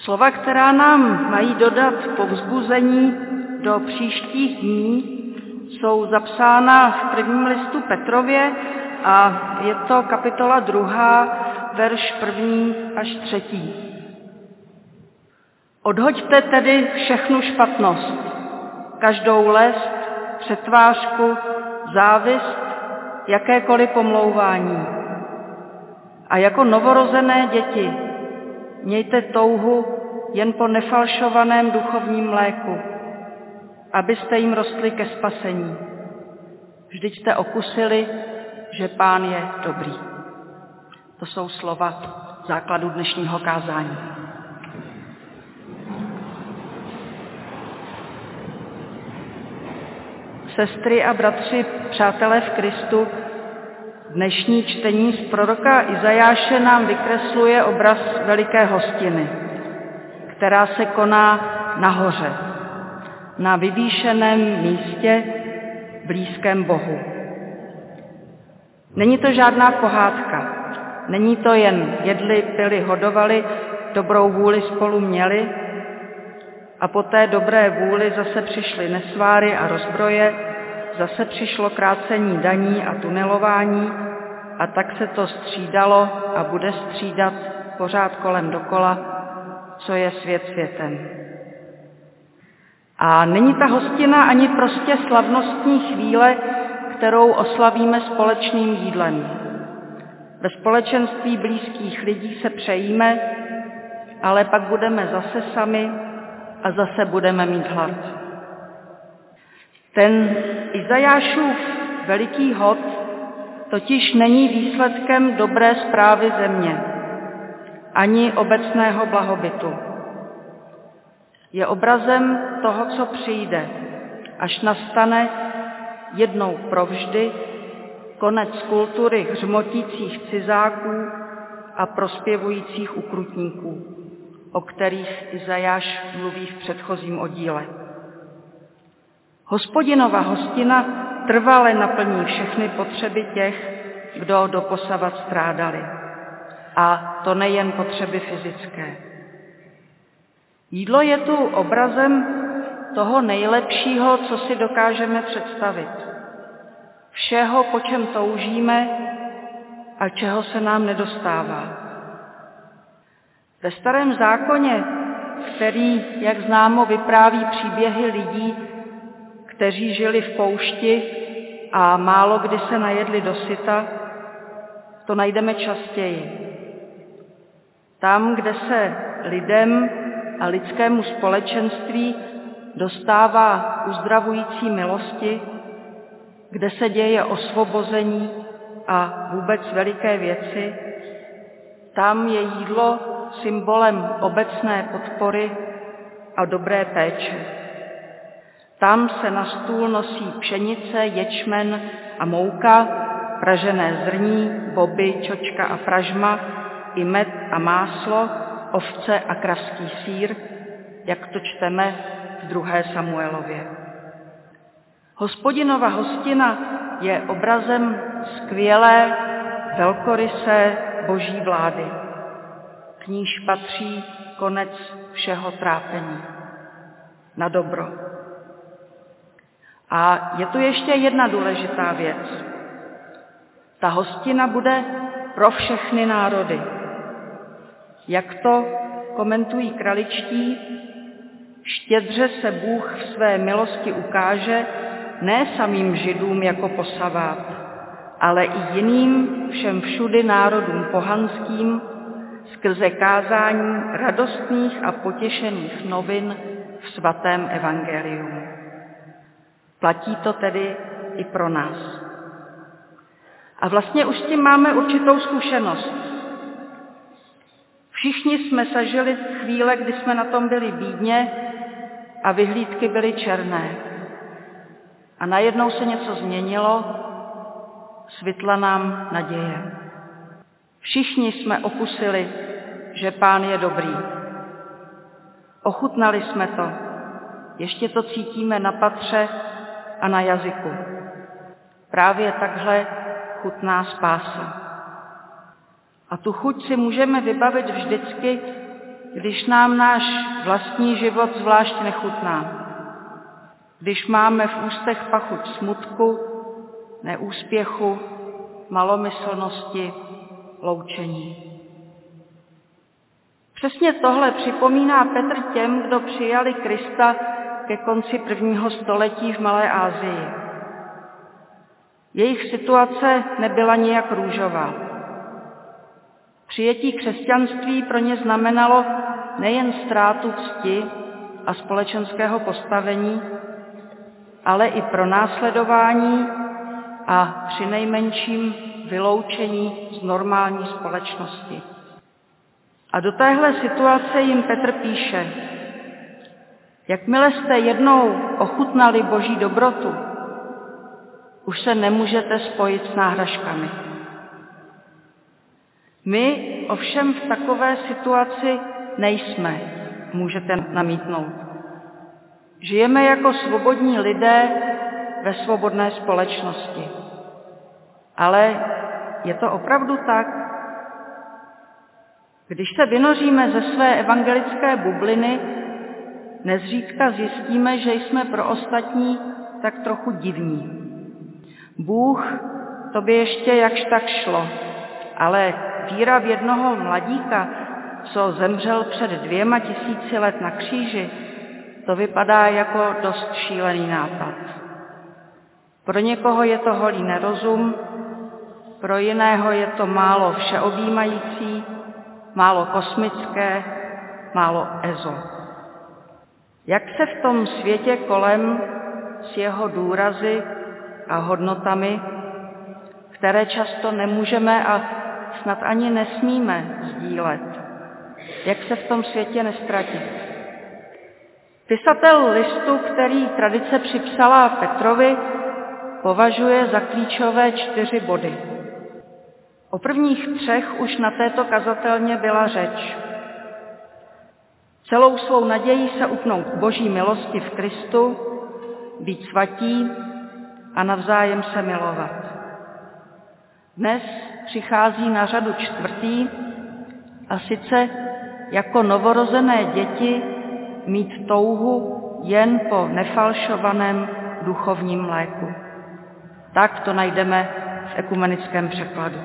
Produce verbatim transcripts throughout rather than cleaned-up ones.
Slova, která nám mají dodat povzbuzení do příštích dní, jsou zapsána v prvním listu Petrově a je to kapitola druhá, verš první až třetí. Odhoďte tedy všechnu špatnost, každou lest, přetvářku, závist, jakékoliv pomlouvání. A jako novorozené děti mějte touhu jen po nefalšovaném duchovním mléku, abyste jim rostli ke spasení. Vždyť jste okusili, že Pán je dobrý. To jsou slova základu dnešního kázání. Sestry a bratři, přátelé v Kristu, dnešní čtení z proroka Izajáše nám vykresluje obraz veliké hostiny, která se koná nahoře, na vyvýšeném místě blízkém Bohu. Není to žádná pohádka, není to jen jedli, pili, hodovali, dobrou vůli spolu měli a po té dobré vůli zase přišly nesváry a rozbroje, zase přišlo krácení daní a tunelování a tak se to střídalo a bude střídat pořád kolem dokola, co je svět světem. A není ta hostina ani prostě slavnostní chvíle, kterou oslavíme společným jídlem. Ve společenství blízkých lidí se přejíme, ale pak budeme zase sami a zase budeme mít hlad. Ten Izajášův veliký hod totiž není výsledkem dobré správy země, ani obecného blahobytu. Je obrazem toho, co přijde, až nastane jednou provždy konec kultury hřmotících cizáků a prospěvujících ukrutníků, o kterých Izajáš mluví v předchozím oddíle. Hospodinova hostina trvale naplní všechny potřeby těch, kdo doposavat strádali. A to nejen potřeby fyzické. Jídlo je tu obrazem toho nejlepšího, co si dokážeme představit. Všeho, po čem toužíme a čeho se nám nedostává. Ve Starém zákoně, který, jak známo, vypráví příběhy lidí, kteří žili v poušti a málo kdy se najedli dosyta, to najdeme častěji. Tam, kde se lidem a lidskému společenství dostává uzdravující milosti, kde se děje osvobození a vůbec veliké věci, tam je jídlo symbolem obecné podpory a dobré péče. Tam se na stůl nosí pšenice, ječmen a mouka, pražené zrní, boby, čočka a pražma, i med a máslo, ovce a kravský sýr, jak to čteme v druhé Samuelově. Hospodinova hostina je obrazem skvělé, velkorysé boží vlády. K níž patří konec všeho trápení. Na dobro. A je tu ještě jedna důležitá věc. Ta hostina bude pro všechny národy. Jak to komentují kraličtí, štědře se Bůh v své milosti ukáže ne samým Židům jako posavát, ale i jiným všem všudy národům pohanským skrze kázání radostných a potěšených novin v svatém evangeliu. Platí to tedy i pro nás. A vlastně už s tím máme určitou zkušenost. Všichni jsme zažili chvíle, kdy jsme na tom byli bídně a vyhlídky byly černé. A najednou se něco změnilo, svitla nám naděje. Všichni jsme okusili, že Pán je dobrý. Ochutnali jsme to, ještě to cítíme na patře a na jazyku. Právě takhle chutná spása. A tu chuť si můžeme vybavit vždycky, když nám náš vlastní život zvlášť nechutná, když máme v ústech pachuť smutku, neúspěchu, malomyslnosti, loučení. Přesně tohle připomíná Petr těm, kdo přijali Krista ke konci prvního století v Malé Asii. Jejich situace nebyla nijak růžová. Přijetí křesťanství pro ně znamenalo nejen ztrátu cti a společenského postavení, ale i pronásledování a přinejmenším vyloučení z normální společnosti. A do téhle situace jim Petr píše: jakmile jste jednou ochutnali Boží dobrotu, už se nemůžete spojit s náhražkami. My ovšem v takové situaci nejsme, můžete namítnout. Žijeme jako svobodní lidé ve svobodné společnosti. Ale je to opravdu tak? Když se vynoříme ze své evangelické bubliny, nezřídka zjistíme, že jsme pro ostatní tak trochu divní. Bůh, to by ještě jakž tak šlo, ale víra v jednoho mladíka, co zemřel před dvěma tisíci let na kříži, to vypadá jako dost šílený nápad. Pro někoho je to holý nerozum, pro jiného je to málo všeobjímající, málo kosmické, málo ezo. Jak se v tom světě kolem s jeho důrazy a hodnotami, které často nemůžeme a snad ani nesmíme sdílet, jak se v tom světě nestratit? Pisatel listu, který tradice připsala Petrovi, považuje za klíčové čtyři body. O prvních třech už na této kazatelně byla řeč. Celou svou nadějí se upnout k Boží milosti v Kristu, být svatí a navzájem se milovat. Dnes přichází na řadu čtvrtý, a sice jako novorozené děti mít touhu jen po nefalšovaném duchovním mléku. Tak to najdeme v ekumenickém překladu.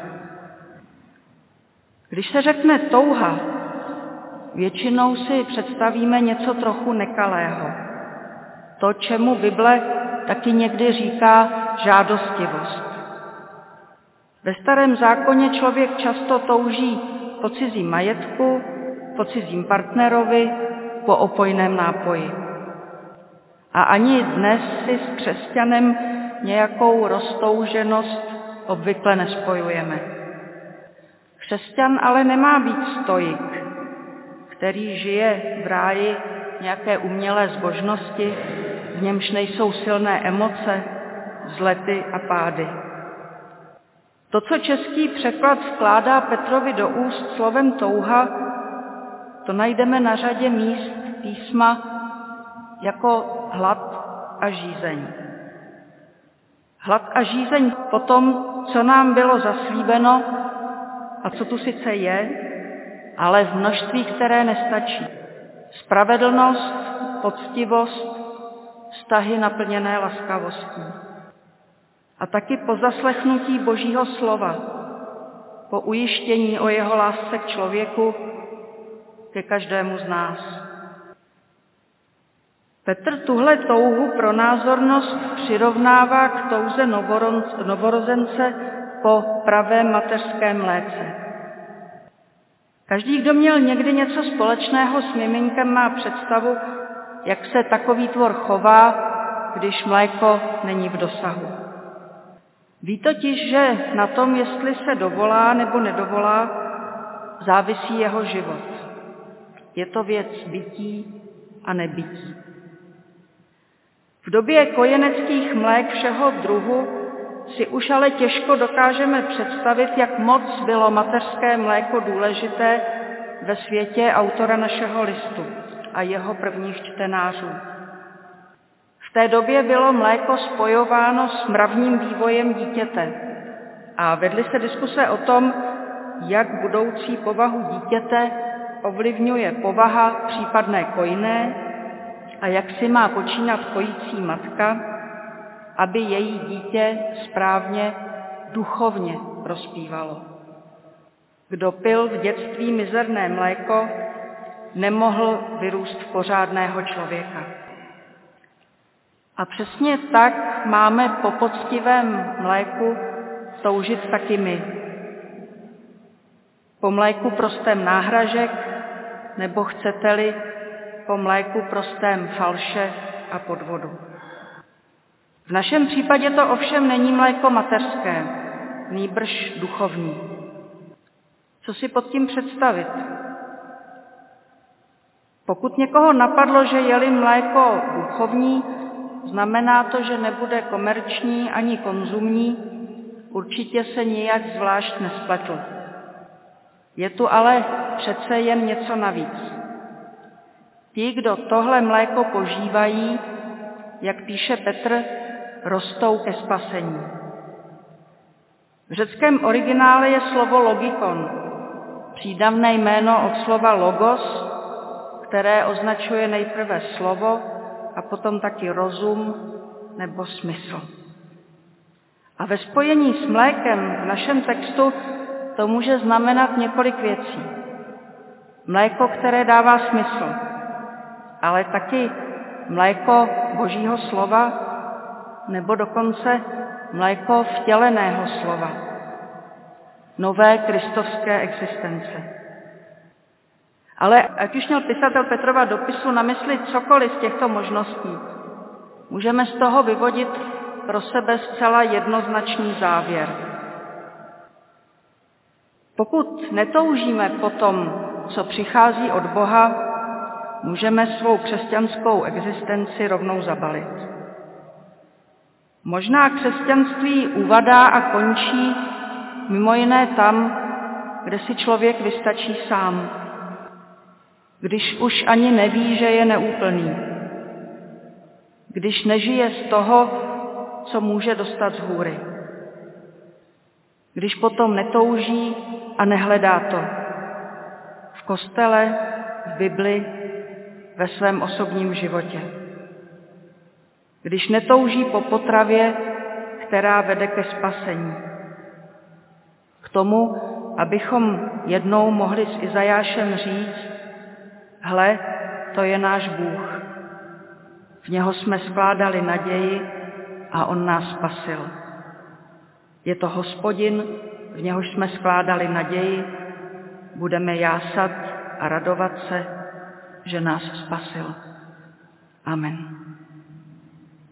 Když se řekne touha, většinou si představíme něco trochu nekalého. To, čemu Bible taky někdy říká žádostivost. Ve Starém zákoně člověk často touží po cizím majetku, po cizím partnerovi, po opojném nápoji. A ani dnes si s křesťanem nějakou roztouženost obvykle nespojujeme. Křesťan ale nemá být stoik, který žije v ráji nějaké umělé zbožnosti, v němž nejsou silné emoce, vzlety a pády. To, co český překlad vkládá Petrovi do úst slovem touha, to najdeme na řadě míst písma jako hlad a žízeň. Hlad a žízeň po tom, co nám bylo zaslíbeno a co tu sice je, ale v množství, které nestačí. Spravedlnost, poctivost, vztahy naplněné laskavostí. A taky po zaslechnutí Božího slova, po ujištění o jeho lásce k člověku, ke každému z nás. Petr tuhle touhu pro názornost přirovnává k touze novorozence po pravém mateřském mléce. Každý, kdo měl někdy něco společného s miminkem, má představu, jak se takový tvor chová, když mléko není v dosahu. Ví totiž, že na tom, jestli se dovolá nebo nedovolá, závisí jeho život. Je to věc bytí a nebytí. V době kojeneckých mlék všeho druhu si už ale těžko dokážeme představit, jak moc bylo mateřské mléko důležité ve světě autora našeho listu a jeho prvních čtenářů. V té době bylo mléko spojováno s mravním vývojem dítěte a vedly se diskuse o tom, jak budoucí povahu dítěte ovlivňuje povaha případné kojné a jak si má počínat kojící matka, aby její dítě správně duchovně prospívalo. Kdo pil v dětství mizerné mléko, nemohl vyrůst v pořádného člověka. A přesně tak máme po poctivém mléku toužit taky my. Po mléku prostém náhražek, nebo chcete-li, po mléku prostém falše a podvodu. V našem případě to ovšem není mléko mateřské, nýbrž duchovní. Co si pod tím představit? Pokud někoho napadlo, že je-li mléko duchovní, znamená to, že nebude komerční ani konzumní, určitě se nijak zvlášť nespletl. Je tu ale přece jen něco navíc. Ti, kdo tohle mléko požívají, jak píše Petr, rostou ke spasení. V řeckém originále je slovo logikon, přídavné jméno od slova logos, které označuje nejprve slovo a potom taky rozum nebo smysl. A ve spojení s mlékem v našem textu to může znamenat několik věcí. Mléko, které dává smysl, ale taky mléko Božího slova nebo dokonce mléko vtěleného slova, nové kristovské existence. Ale ať už měl pisatel Petrova dopisu na mysli cokoliv z těchto možností, můžeme z toho vyvodit pro sebe zcela jednoznačný závěr. Pokud netoužíme po tom, co přichází od Boha, můžeme svou křesťanskou existenci rovnou zabalit. Možná křesťanství uvadá a končí mimo jiné tam, kde si člověk vystačí sám, když už ani neví, že je neúplný, když nežije z toho, co může dostat z hůry, když potom netouží a nehledá to v kostele, v Bibli, ve svém osobním životě. Když netouží po potravě, která vede ke spasení. K tomu, abychom jednou mohli s Izajášem říct: hle, to je náš Bůh. V něho jsme skládali naději a on nás spasil. Je to Hospodin, v něhož jsme skládali naději, budeme jásat a radovat se, že nás spasil. Amen.